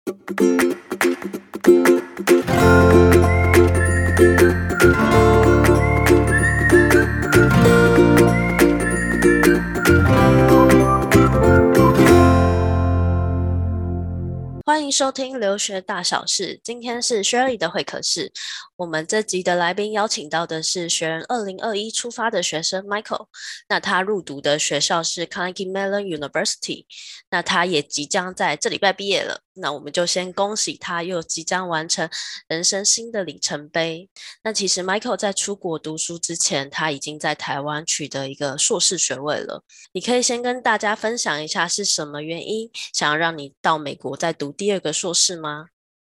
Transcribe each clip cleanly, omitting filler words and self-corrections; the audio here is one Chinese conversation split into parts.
欢迎收听留学大小事，今天是 Shirley 的会客室。我们这集的来宾邀请到的是学人2021出发的学生 Michael，那他入读的学校是 Carnegie Mellon University，那他也即将在这礼拜毕业了，那我们就先恭喜他又即将完成人生新的里程碑。那其实 Michael 在出国读书之前，他已经在台湾取得一个硕士学位了。你可以先跟大家分享一下是什么原因想要让你到美国再读第二个硕士吗？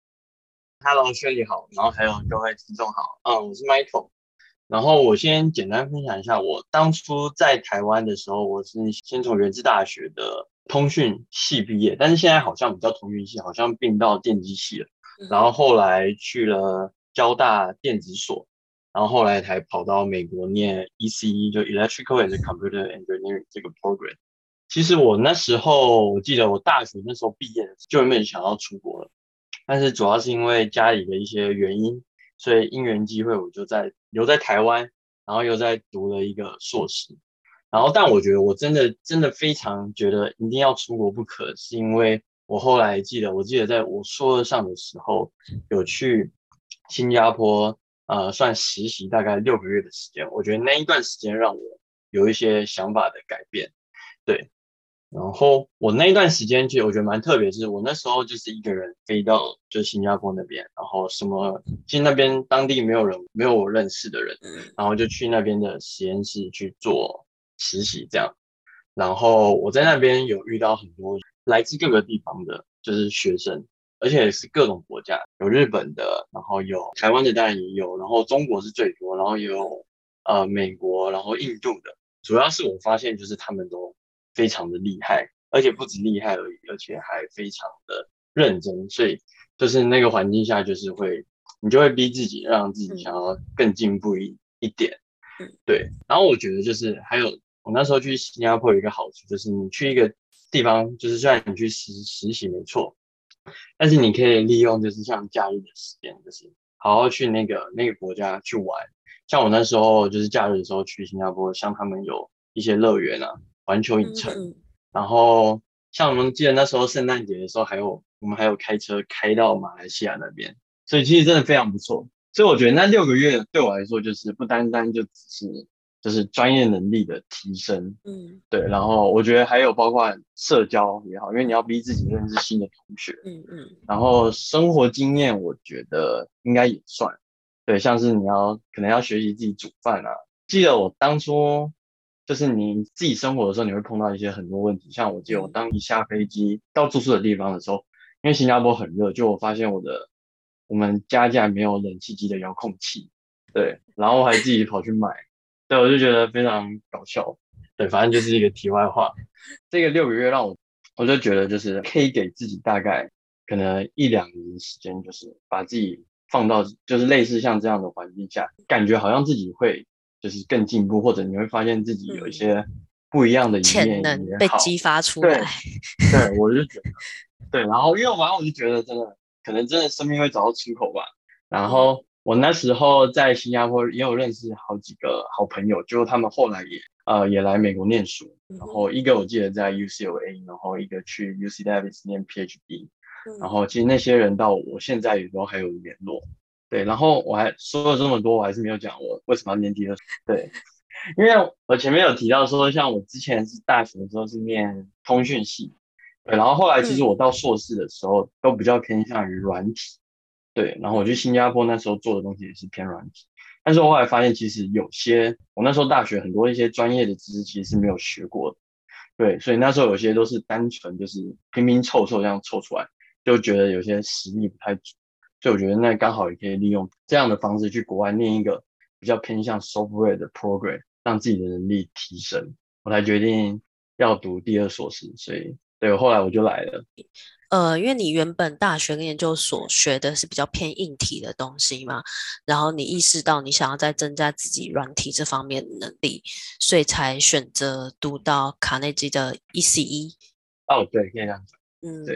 Hello，轩你好，然后还有各位听众好，我是 Michael，然后我先简单分享一下，我当初在台湾的时候，我是先从原治大学的通讯系毕业，但是现在好像比较通讯系，好像并到电机系了，然后后来去了交大电子所，然后后来才跑到美国念 ECE，就 Electrical and Computer Engineering 这个 program。其实我那时候，我记得我大学那时候毕业的时候就原本想要出国了。但是主要是因为家里的一些原因，所以因缘机会我就留在台湾，然后又在读了一个硕士。然后，但我觉得我真的非常觉得一定要出国不可，是因为我记得在我硕二上的时候有去新加坡，算实习大概6个月的时间。我觉得那一段时间让我有一些想法的改变，对。然后我那一段时间其实我觉得蛮特别，是我那时候就是一个人飞到就新加坡那边，然后其实那边当地没有人，没有我认识的人，然后就去那边的实验室去做实习这样。然后我在那边有遇到很多来自各个地方的，就是学生，而且是各种国家，有日本的，然后有台湾的当然也有，然后中国是最多，然后也有美国，然后印度的。主要是我发现就是他们都非常的厉害，而且不止厉害而已，而且还非常的认真，所以就是那个环境下，你就会逼自己，让自己想要更进步一点，对。然后我觉得就是还有，我那时候去新加坡有一个好处，就是你去一个地方，就是虽然你去实习没错，但是你可以利用就是像假日的时间，就是好好去那个国家去玩。像我那时候就是假日的时候去新加坡，像他们有一些乐园啊，环球影城，然后像我们记得那时候圣诞节的时候，我们还有开车开到马来西亚那边，所以其实真的非常不错。所以我觉得那6个月对我来说，就是不单单就只是就是专业能力的提升，对，然后我觉得还有包括社交也好，因为你要逼自己认识新的同学，然后生活经验我觉得应该也算，对，像是可能要学习自己煮饭啊。记得我当初就是你自己生活的时候，你会碰到一些很多问题，像我记得我当一下飞机到住宿的地方的时候，因为新加坡很热，就我发现我们家竟然没有冷气机的遥控器，对，然后我还自己跑去买，对，我就觉得非常搞笑，对，反正就是一个题外话。这个6个月我就觉得就是可以给自己大概可能1-2年的时间，就是把自己放到就是类似像这样的环境下，感觉好像自己会就是更进步，或者你会发现自己有一些不一样的一潜面能被激也好。 发出来。 对对，我就觉得对，然后因为反正我就觉得真的可能真的生命会找到出口吧。然后我那时候在新加坡也有认识好几个好朋友，就他们后来也来美国念书，然后一个我记得在 UCLA，然后一个去 UC Davis 念 PhD，然后其实那些人到我现在也都还有联络。对，然后我还说了这么多，我还是没有讲我为什么要念第二所。对，因为我前面有提到说，像我之前是大学的时候是念通讯系，对，然后后来其实我到硕士的时候都比较偏向于软体，对，然后我去新加坡那时候做的东西也是偏软体，但是我后来发现其实我那时候大学很多一些专业的知识其实是没有学过的，对，所以那时候有些都是单纯就是拼拼凑这样凑出来，就觉得有些实力不太足，所以我觉得那刚好也可以利用这样的方式去国外念一个比较偏向 software 的 program，让自己的能力提升，我才决定要读第二硕士，所以对，后来我就来了。 因为你原本大学跟研究所学的是比较偏硬体的东西嘛，然后你意识到你想要再增加自己软体这方面的能力，所以才选择读到卡内基的 ECE。 哦，对，可以这样讲，对。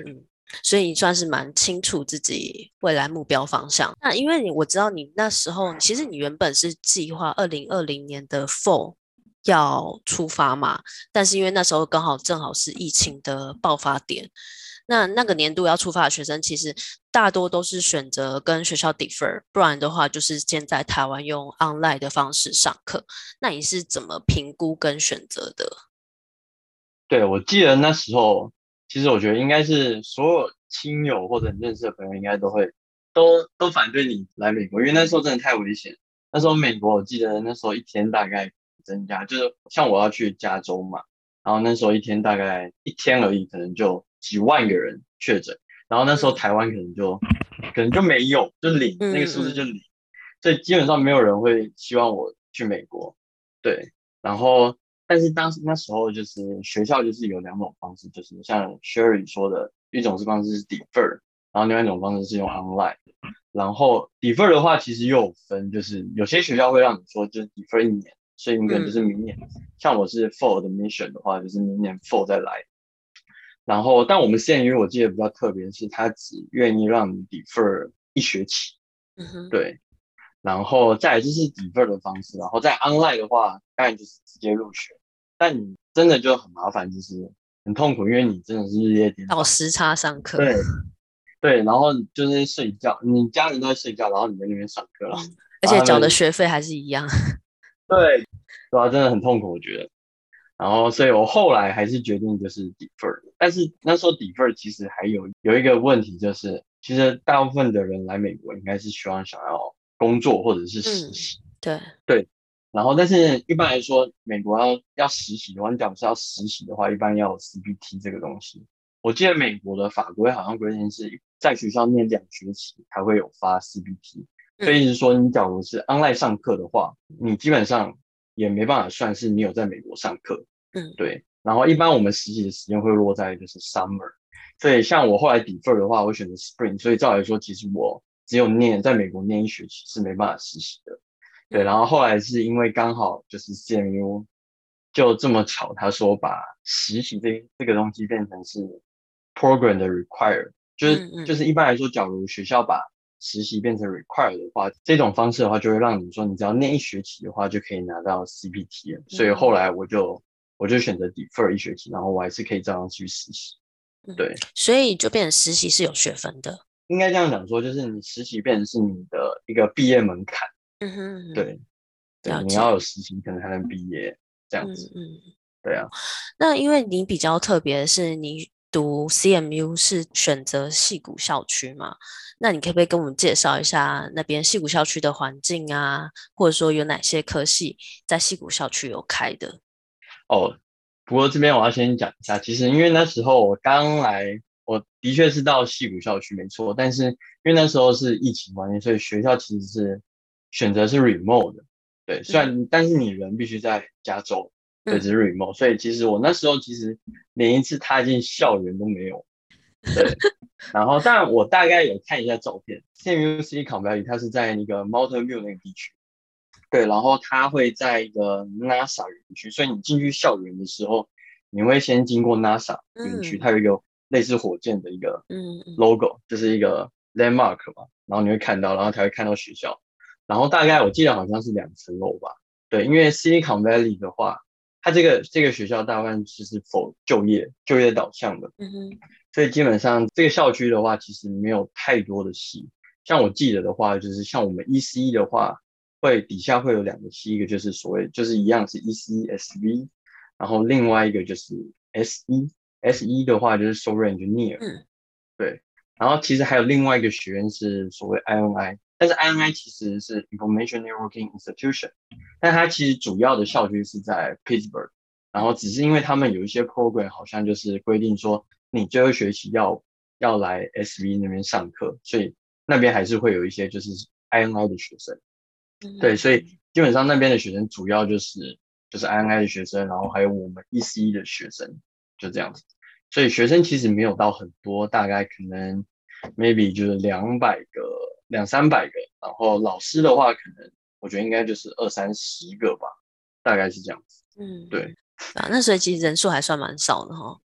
所以你算是蛮清楚自己未来目标方向。那因为我知道你那时候，其实你原本是计划2020年的 Fall 要出发嘛，但是因为那时候刚好正好是疫情的爆发点，那个年度要出发的学生，其实大多都是选择跟学校 defer，不然的话就是先在台湾用 online 的方式上课。那你是怎么评估跟选择的？ 对，我记得那时候，其实我觉得应该是所有亲友或者你认识的朋友，应该都反对你来美国，因为那时候真的太危险。那时候美国，我记得那时候一天大概增加，就是像我要去加州嘛，然后那时候一天大概一天而已，可能就几万个人确诊，然后那时候嗯台湾可能就没有，就零，那个嗯嗯数字就零，所以基本上没有人会希望我去美国。对，然后但是那时候就是学校就是有两种方式，就是像 Sherry 说的，一种方式是 defer，然后另外一种方式是用 online。然后 defer 的话，其实又有分，就是有些学校会让你说就是 defer 一年，所以你可能就是嗯明年。像我是 fall admission 的话，就是明年 fall 再来。然后，但我们 CMU 我记得比较特别，是他只愿意让你 defer 一学期。 嗯哼。 对，然后再来就是 defer 的方式，然后在 online 的话，当然就是直接入学，但你真的就很麻烦，就是很痛苦，因为你真的是日夜颠倒。 倒时差上课。 对对，然后就是睡觉，你家人都在睡觉，然后你在那边上课了， 嗯，而且缴的然后他们学费还是一样。 对对啊，真的很痛苦，我觉得。然后，所以我后来还是决定就是 defer，但是那时候 defer 其实还有一个问题，就是其实大部分的人来美国应该是想要工作或者是实嗯， 习。 对。 对，然后但是一般来说，美国要实习的话，你讲是要实习的话，一般要有 CPT 这个东西。我记得美国的法规好像规定是在学校念2学期才会有发 CPT，所以嗯是说你假如是 online 上课的话，你基本上也没办法算是你有在美国上课。 嗯对，然后一般我们实习的时间会落在就是 summer，所以像我后来 defer 的话，我选择 spring，所以照来说，其实我只有在美国念一学期是没办法实习的。对，然嗯后后来是因为刚好就是 CMU 就这么巧，他说把实习这个东西变成是 program 的 require，就是嗯嗯一般来说，假如学校把实习变成 require 的话，这种方式的话，就会让你说你只要念一学期的话，就可以拿到 CPT 了。所以后嗯来我就选择 defer 一学期，然后我还是可以照样去实习。 嗯， 对， 所以就变成实习是有学分的。 应该这样讲说，就是你实习变成是你的一个毕业门槛。 嗯哼嗯哼， 对对， 了解。 你要有实习可能才能毕业这样子。 嗯嗯， 对啊。 那因为你比较特别的是，你读 CMU 是选择矽谷校区嘛？那你可不可以跟我们介绍一下那边矽谷校区的环境啊，或者说有哪些科系在矽谷校区有开的？ 哦，不过这边我要先讲一下，其实因为那时候我刚来，我的确是到矽谷校区没错，但是因为那时候是疫情关系，所以学校其实是选择是 remote 的。对，虽嗯然但是你人必须在加州，对，只嗯是 remote，所以其实我那时候其实连一次踏进校园都没有。对，然后但我大概有看一下照片，CMU City c o m Valley 它是在那个 Mountain View 那个地区。对，然后它会在一个 NASA 园区，所以你进去校园的时候，你会先经过 NASA 园区，它嗯有一个类似火箭的一个嗯嗯 logo，就是一个 landmark 嘛，然后你会看到，然后才会看到学校，然后大概我记得好像是2层楼吧。对，因为 Silicon Valley 的话，它这个学校大部分就是否就业导向的， 嗯哼所以基本上这个校区的话，其实没有太多的系。像我记得的话，就是像我们 ECE 的话，底下会有2个系，一个就是所谓就是一样是 ECSV，然后另外一个就是 SE，SE 的话就是 Software Engineer。 嗯对，然后其实还有另外一个学院是所谓 INI，但是 INI 其实是 Information Networking Institution，但它其实主要的校区是在 Pittsburgh，然后嗯只是因为他们有一些 program 好像就是规定说你最后学期要来 SV 那边上课，所以那边还是会有一些就是 INI 的学生。对，所以嗯基本上那边的学生主要就是 INI 的学生，然后还有我们 ECE 的学生，就这样子。所以学生其实没有到很多，大概可能 maybe 就是200个、200-300个，然后老师的话可能我觉得应该就是20-30个吧，大概是这样子。 嗯， 对。 啊，那所以其实人数还算蛮少的哈。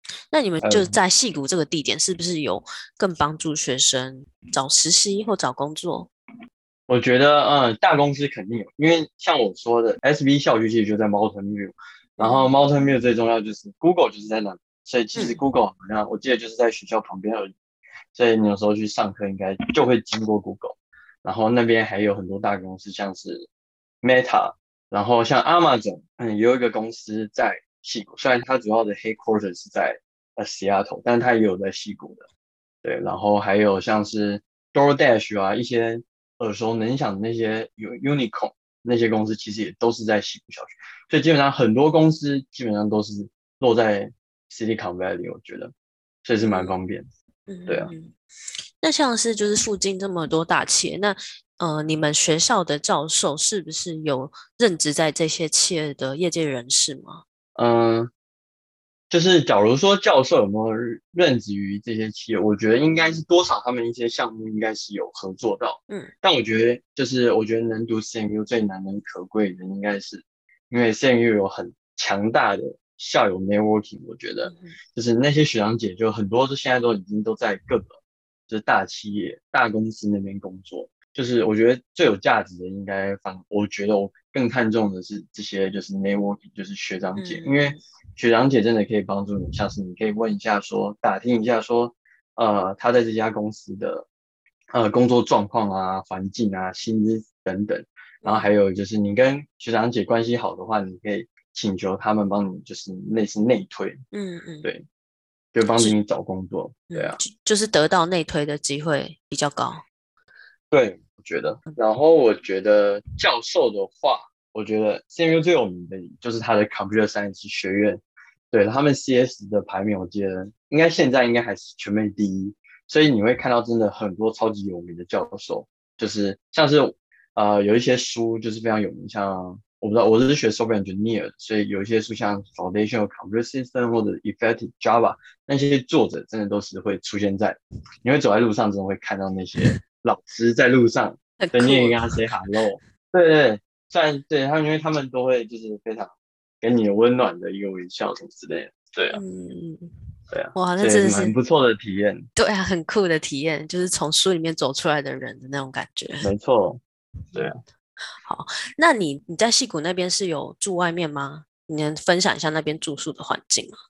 那你们还有就是在矽谷这个地点，是不是有更帮助学生找实习或找工作？ 我觉得，大公司肯定有，因为像我说的，SB 校区其实就在 Mountain View，然后嗯 Mountain View 最重要就是 Google 就是在那里，所以其实嗯 Google 好像我记得就是在学校旁边而已，所以你有时候去上课应该就会经过 Google，然后那边还有很多大公司，像是 Meta，然后像 Amazon，也有一个公司在矽谷，虽然它主要的 headquarters 是在Seattle，但是它也有在矽谷的。对，然后还有像是 DoorDash 啊，一些耳熟能详的那些有 Unicorn 那些公司，其实也都是在西部小区，所以基本上很多公司基本上都是落在 Silicon Valley，我觉得，所以是蛮嗯方便的。对啊。 嗯嗯。那像是就是附近这么多大企业，那你们学校的教授是不是有任职在这些企业的业界人士吗？ 嗯，就是假如说教授有没有任职于这些企业，我觉得应该是多少他们一些项目应该是有合作到， 嗯但我觉得能读 CMU 最难能可贵的应该是，因为 CMU 有很强大的校友 networking，我觉得嗯就是那些学长姐就很多现在都已经都在各个就是大企业、大公司那边工作，就是我觉得最有价值的应该我觉得我更看重的是这些就是 networking，就是学长姐，因为嗯学长姐真的可以帮助你，像是你可以问一下说，打听一下说，他在这家公司的工作状况啊、环境啊、薪资等等，然后还嗯有就是你跟学长姐关系好的话，你可以请求他们帮你就是类似内推， 嗯嗯， 对，就帮助是你找工作，对啊。 就是得到内推的机会比较高。 对，我觉得。然后我觉得教授的话，我觉得 CMU 最有名的就是他的 Computer Science 学院，对，他们 CS 的排名，我记得现在应该还是全美第一，所以你会看到真的很多超级有名的教授，就是像是有一些书就是非常有名，像我不知道我是学 Software Engineer 的，所以有一些书像 Foundation of Computer System 或者 Effective Java 那些作者真的都是会出现在，你会走在路上真的会看到那些老师在路上，对，你也很酷。 跟他 say hello，对对，虽然对他们，因为他们都会就是非常给你温暖的一个微笑什么之类的，对啊， 嗯， 对啊， 哇，那所以是真的是蛮不错的体验， 对啊，很酷的体验，就是从书里面走出来的人的那种感觉。 没错，对啊好，那你在戏谷那边是有住外面吗？你能分享一下那边住宿的环境吗？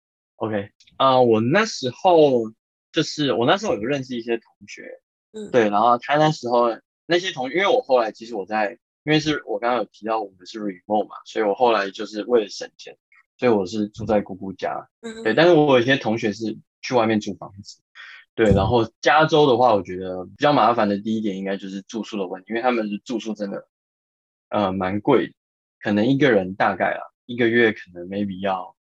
，OK，我那时候我那时候有认识一些同学， 嗯对，然后他那时候那些同学，因为我后来其实因为是我刚刚有提到我们是 remote 嘛，所以我后来就是为了省钱，所以我是住在姑姑家，对， 嗯但是我有一些同学是去外面租房子，对，然后加州的话，我觉得比较麻烦的第一点应该就是住宿的问题，因为他们的住宿真的蛮贵的，可能一个人大概一个月可能 maybe 要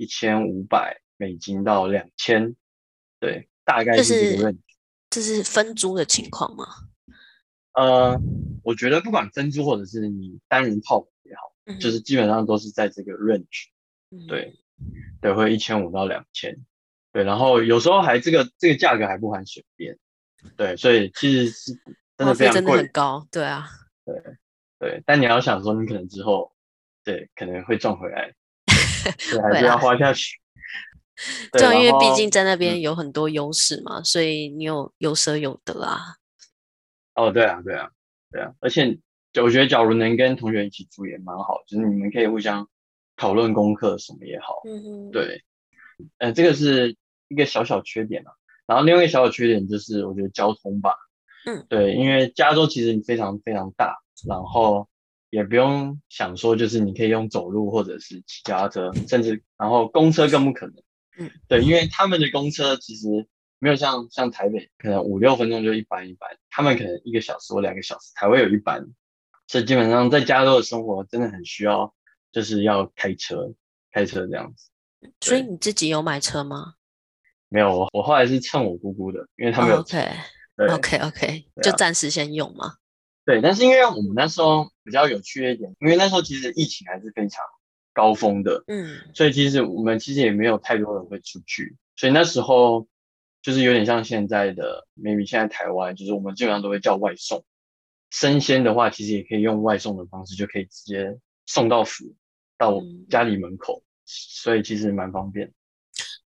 $1500到2000，对，大概这是这个是 range。 这是分租的情况吗？ 呃，我觉得不管分租或者是你单人套房也好，就嗯是基本上都是在这个 range，对嗯， 对，会1500到2000，对，然后有时候还这个价格还不含水电，对，所以其实是真的非花费真的很常贵， 高，对啊， 对对，但你要想说你可能之后对可能会赚回来，对，所以还是要会啦， 花下去，对， 对啊，因为毕然后竟在那边嗯， 有很多优势嘛，所以你有舍有得啊。 哦，对啊对啊对啊，而且我觉得假如能跟同学一起住也蛮好，就是你们可以互相讨论功课什么也好。 嗯哼对，这个是一个小小缺点啊。然后另外一个小小缺点就是我觉得交通吧， 嗯对，因为加州其实非常非常大，然后也不用想说就是你可以用走路或者是骑脚踏车，甚至然后公车更不可能。 嗯， 对，因为他们的公车其实没有像台北可能5、6分钟就一班，他们可能1个小时或2个小时才会有一班，所以基本上在加州的生活真的很需要就是要开车这样子。 所以对。 你自己有买车吗？ 没有，我后来是蹭我姑姑的，因为他们哦有车。 ，OK 对 OK OK， 对啊， 就暂时先用嘛。 对，但是因为我们那时候比较有趣的一点，因为那时候其实疫情还是非常高峰的， 嗯所以其实我们其实也没有太多人会出去，所以那时候就是有点像现在的，maybe 现在台湾就是我们基本上都会叫外送，生鲜的话其实也可以用外送的方式就可以直接送到府到嗯。 家里门口，所以其实蛮方便。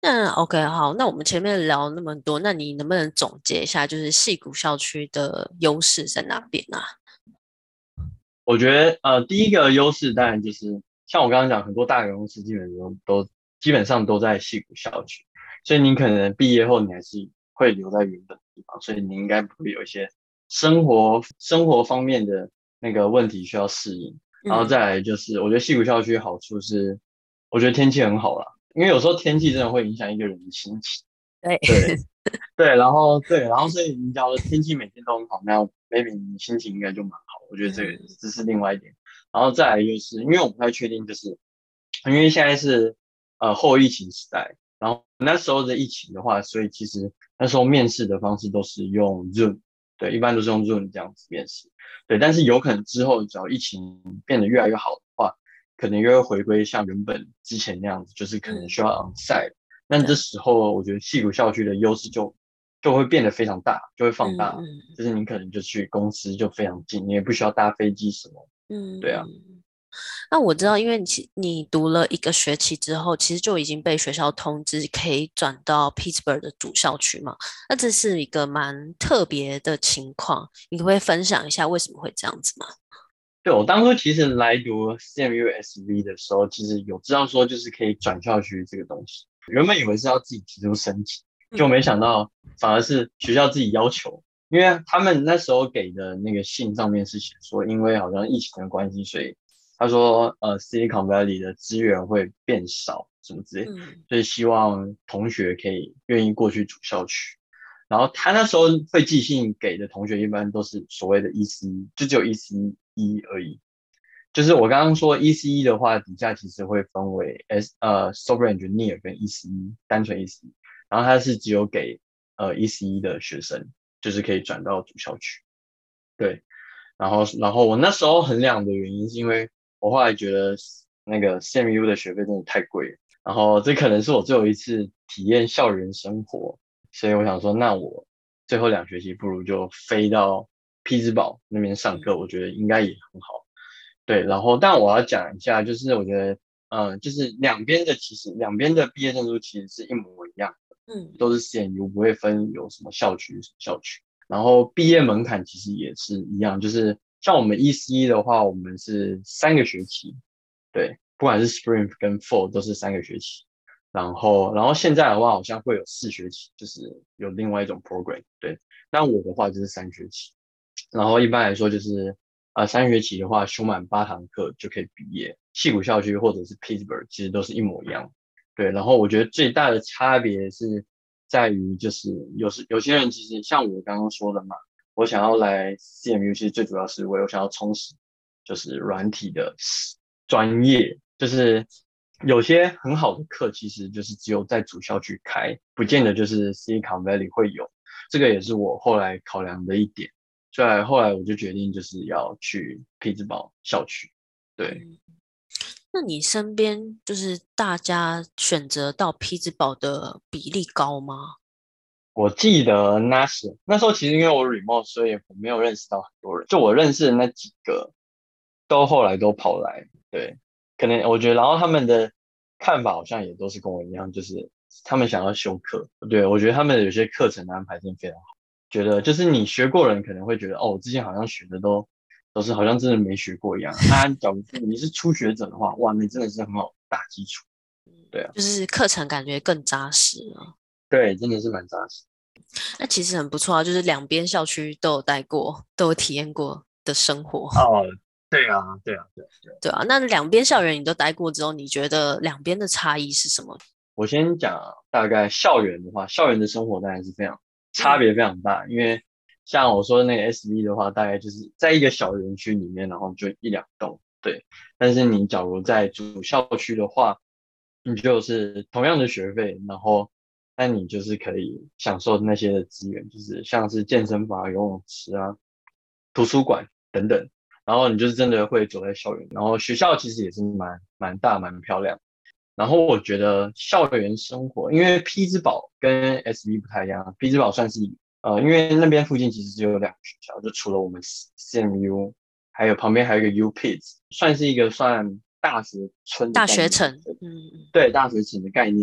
那 OK 好，那我们前面聊那么多，那你能不能总结一下，就是矽谷校区的优势在哪边啊？ 我觉得第一个优势当然就是像我刚刚讲，很多大学公司基本上都在矽谷校区，所以你可能毕业后你还是会留在原本的地方，所以你应该不会有一些生活方面的那个问题需要适应。然后再嗯， 来就是，我觉得矽谷校区好处是，我觉得天气很好啦，因为有时候天气真的会影响一个人的心情。 对， 对，对，然后所以你假如天气每天都很好，那 maybe 你心情应该就蛮好。我觉得这个嗯这是另外一点。然后再来就是，因为我不太确定，就是因为现在是后疫情时代，然后那时候的疫情的话，所以其实那时候面试的方式都是用 Zoom，对，一般都是用 Zoom 这样子面试，对。但是有可能之后只要疫情变得越来越好的话，可能又会回归像原本之前那样子，就是可能需嗯， 要 onsite。那这对， 时候我觉得矽谷校区的优势就会变得非常大，就会放大， 嗯嗯就是你可能就去公司就非常近，你也不需要搭飞机什么，对啊。 嗯。那我知道，因为你读了一个学期之后，其实就已经被学校通知可以转到 Pittsburgh 的主校区嘛。那这是一个蛮特别的情况，你可不可以分享一下为什么会这样子吗？ 对，我当初其实来读 CMUSV 的时候，其实有知道说就是可以转校区这个东西，原本以为是要自己提出申请，就没嗯想到反而是学校自己要求，因为他们那时候给的那个信上面是写说，因为好像疫情的关系，所以他说Silicon Valley 的资源会变少什么之类， 嗯所以希望同学可以愿意过去主校区。然后他那时候会寄信给的同学，一般都是所谓的 ECE，就只有 ECE 而已。就是我刚刚说 ECE 的话，底下其实会分为 Software Engineer 跟 ECE，单纯 ECE，然后它是只有给ECE 的学生，就是可以转到主校区。对，然后我那时候衡量的原因是因为我后来觉得那个 CMU 的学费真的太贵了，然后这可能是我最后一次体验校园生活，所以我想说，那我最后2学期不如就飞到匹兹堡那边上课，我嗯觉得应该也很好。对，然后但我要讲一下，就是我觉得，就是两边的毕业证书其实是一模一样的， 嗯都是 CMU，不会分有什么校区什么校区。然后毕业门槛其实也是一样，就是像我们 ECE 的话，我们是3个学期，对，不管是 Spring 跟 Fall 都是3个学期。然后现在的话，好像会有4学期，就是有另外一种 program，对。那我的话就是3学期，然后一般来说就是3学期的话，修满8堂课就可以毕业。矽谷校区或者是 Pittsburgh 其实都是一模一样，对。然后我觉得最大的差别是在于，就是有些人其实像我刚刚说的嘛，我想要来 CMU，其实最主要是我有想要充实，就是软体的专业，就是有些很好的课，其实就是只有在主校区开，不见得就是 Silicon Valley 会有。这个也是我后来考量的一点，所以后来我就决定就是要去匹兹堡校区。对， 嗯。那你身边就是大家选择到匹兹堡的比例高吗？ 我记得那时候其实因为我 remote，所以我没有认识到很多人，就我认识的那几个，都后来都跑来。对，可能我觉得，然后他们的看法好像也都是跟我一样，就是他们想要修课。对，我觉得他们的有些课程的安排真的非常好，觉得就是你学过的人可能会觉得，哦，我之前好像学的都是好像真的没学过一样啊。假如是你是初学者的话，哇，你真的是很好打基础。对啊， 就是课程感觉更扎实了。 对，真的是蛮扎实。 那其实很不错啊，就是两边校区都有待过，都有体验过的生活， 哦，对啊，对啊，对啊。 对啊。那两边校园你都待过之后，你觉得两边的差异是什么？ 我先讲大概校园的话，校园的生活当然是非常差嗯别非常大，因为像我说的那个 SV 的话，大概就是在一个小园区里面，然后就1、2栋，对。但是你假如在主校区的话，你就是同样的学费，然后但你就是可以享受那些的资源，就是像是健身房啊、游泳池啊、图书馆等等，然后你就是真的会走在校园，然后学校其实也是蛮大蛮漂亮。然后我觉得校园生活，因为匹兹堡跟 SV 不太一样，匹兹堡算是因为那边附近其实只有2个学校，就除了我们 CMU，还有旁边还有一个 UPitz，算是一个大学村的大概念， 学城， 对， 嗯对，大学城的概念。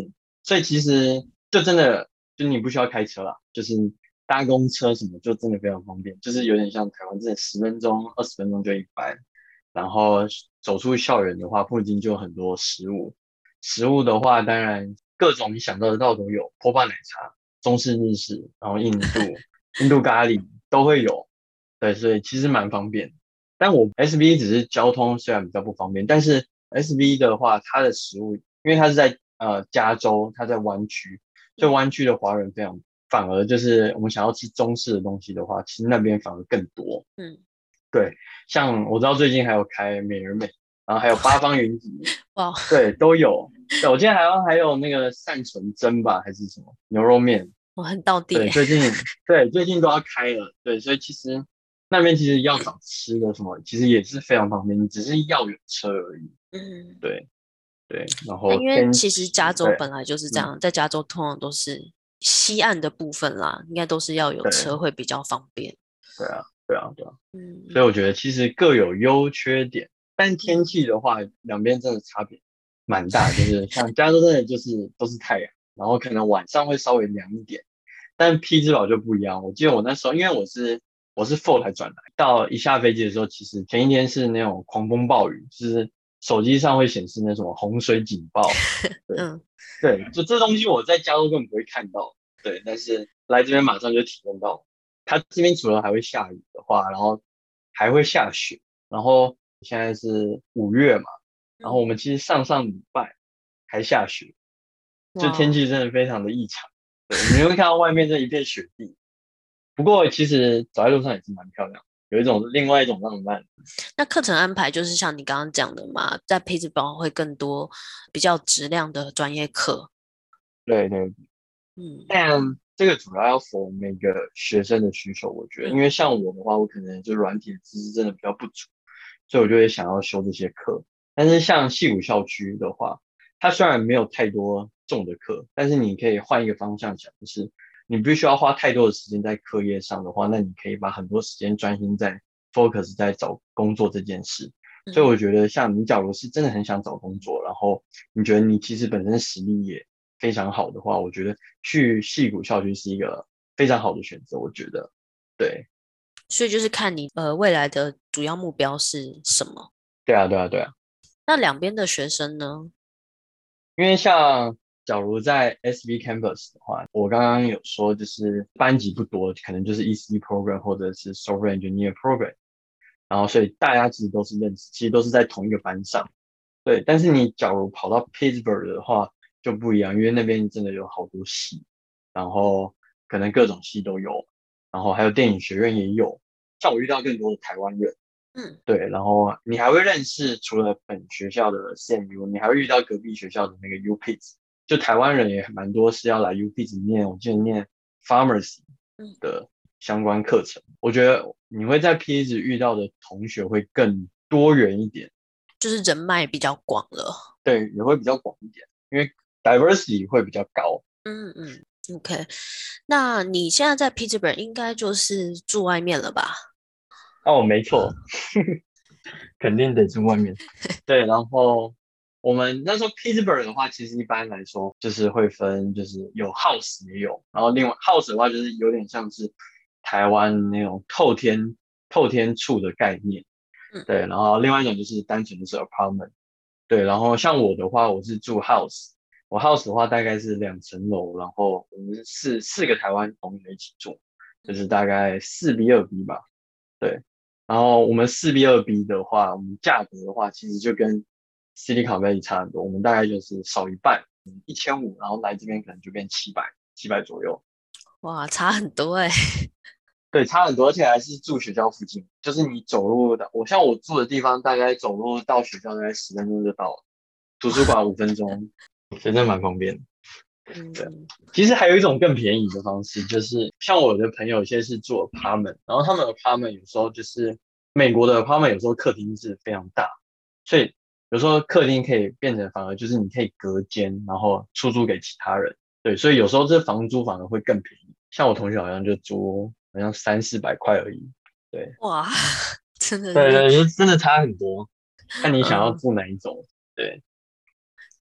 所以其实就真的就你不需要开车啦，就是搭公车什么就真的非常方便，就是有点像台湾真的10分钟、20分钟就一班。然后走出校园的话，附近就有很多食物。食物的话，当然各种你想到得到都有，波霸奶茶、中式、日式，然后印度咖喱都会有。对，所以其实蛮方便。但我 SB 只是交通虽然比较不方便，但是 SB 的话，它的食物，因为它是在加州，它在湾区，所以湾区的华人非常，反而就是我们想要吃中式的东西的话，其实那边反而更多。 嗯， 对，像我知道最近还有开美而美，然后还有八方云集， 哇， 对，都有。对，我记得还有那个善存蒸吧，还是什么牛肉面。 我很到地对， 耶。 最近都要开了。对，所以其实那边其实要找吃的什么，其实也是非常方便，你只是要有车而已。 嗯， 对对，然那后因为其实加州对， 本来就是这嗯， 样，在加州通常都是西岸的部分啦，应该都是要有车对会比较方便。 对啊，对啊，对啊。所以嗯我觉得其实各有优缺点，但天嗯， 气的话，两边真的差别蛮大。就是像加州真的就是都是太阳，然后可能晚上会稍微凉一点，但匹兹堡就不一样。我记得我那时候，因为我是 f o r 才转来，到一下飞机的时候，其实前一天是那种狂风暴雨，就是手机上会显示那种洪水警报。对嗯， 对，就这东西我在加州根本不会看到。对，但是来这边马上就体验到。它这边除了还会下雨的话，然后还会下雪，然后现在是5月嘛，然后我嗯， 们其实上上礼拜还下雪，就天哇， 气真的非常的异常。对，你会看到外面这一片雪地，不过其实走在路上也是蛮漂亮，有另外一种浪漫。 那课程安排就是像你刚刚讲的嘛，在匹兹堡会更多比较质量的专业课。 对对， 嗯但这个主要要符合每个学生的需求，我觉得，因嗯为像我的话，我可能就软体的知识真的比较不足，所以我就会想要修这些课。但是像戏谷校区的话，它虽然没有太多重的课，但是你可以换一个方向想，就是你不需要花太多的时间在课业上的话，那你可以把很多时间专心在 focus 在找工作这件事。所以我嗯， 觉得，像你假如是真的很想找工作，然后你觉得你其实本身实力也非常好的话，我觉得去戏谷校区是一个非常好的选择。我觉得，对， 所以就是看你未来的主要目标是什么。 对啊，对啊，对啊。 那两边的学生呢？ 因为像假如在 SB Campus 的话，我刚刚有说就是班级不多，可能就是 EC program 或者是 Software Engineer program，然后所以大家其实都是认识，其实都是在同一个班上。对，但是你假如跑到 Pittsburgh 的话就不一样，因为那边真的有好多系，然后可能各种系都有，然后还有电影学院也有，像我遇到更多的台湾人。 嗯， 对，然后你还会认识除了本学校的 CMU，你还会遇到隔壁学校的那个 UPITS，就台湾人也蛮多是要来 UPITS 念，我记得念 Pharmacy 嗯， 的相关课程。我觉得你会在 PS 遇到的同学会更多元一点， 就是人脉比较广了。 对，也会比较广一点，因为 diversity 会比较高。 嗯嗯，OK。那你现在在 Pittsburgh 应该就是住外面了吧？ 哦，没错，肯定得住外面。对，然后我们那时候 Pittsburgh 的话，其实一般来说就是会分，就是有 house 也有，然后另外 house 的话就是有点像是台湾那种透天厝的概念。 嗯对，然后另外一种就是单纯的是 apartment。对，然后像我的话，我是住 house，我 house 的话大概是2层楼，然后我们是四个台湾同学一起住，就是大概4:2吧。对，然后我们4:2的话，我们价格的话，其实就跟 City College 差很多，我们大概就是少一半，1500，然后来这边可能就变700左右。 哇，差很多哎、 对，差很多，而且还是住学校附近，就是你走路的，我住的地方，大概走路到学校大概10分钟就到了，图书馆5分钟，真的蛮方便的。对， 嗯其实还有一种更便宜的方式，就是像我的朋友有些是住 apartment，然后他们的 apartment 有时候就是美国的 apartment，有时候客厅是非常大，所以有时候客厅可以变成反而就是你可以隔间，然后出租给其他人。对，所以有时候这房租反而会更便宜。像我同学好像就租好像300-400块而已。对， 哇，真的是， 对对，就真的差很多，看你想要嗯， 住哪一种。对，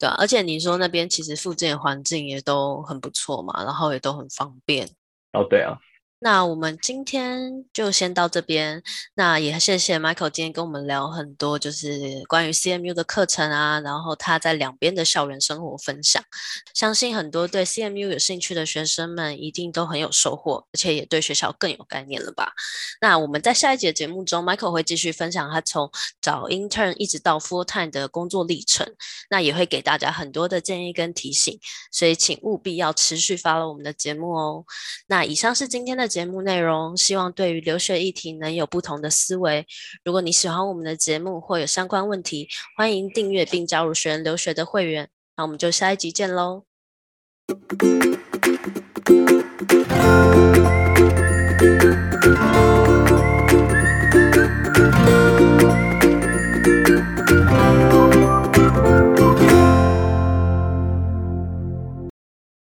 对啊，而且你说那边其实附近的环境也都很不错嘛，然后也都很方便。 哦，对啊， 那我们今天就先到这边。那也谢谢 Michael 今天跟我们聊很多，就是关于 CMU 的课程啊，然后他在两边的校园生活分享。相信很多对 CMU 有兴趣的学生们一定都很有收获，而且也对学校更有概念了吧？那我们在下一节节目中，Michael 会继续分享他从找 intern 一直到 full time 的工作历程，那也会给大家很多的建议跟提醒，所以请务必要持续 follow 我们的节目哦。那以上是今天的节目内容，希望对于留学议题能有不同的思维。如果你喜欢我们的节目或有相关问题，欢迎订阅并加入学人留学的会员。那我们就下一集见喽。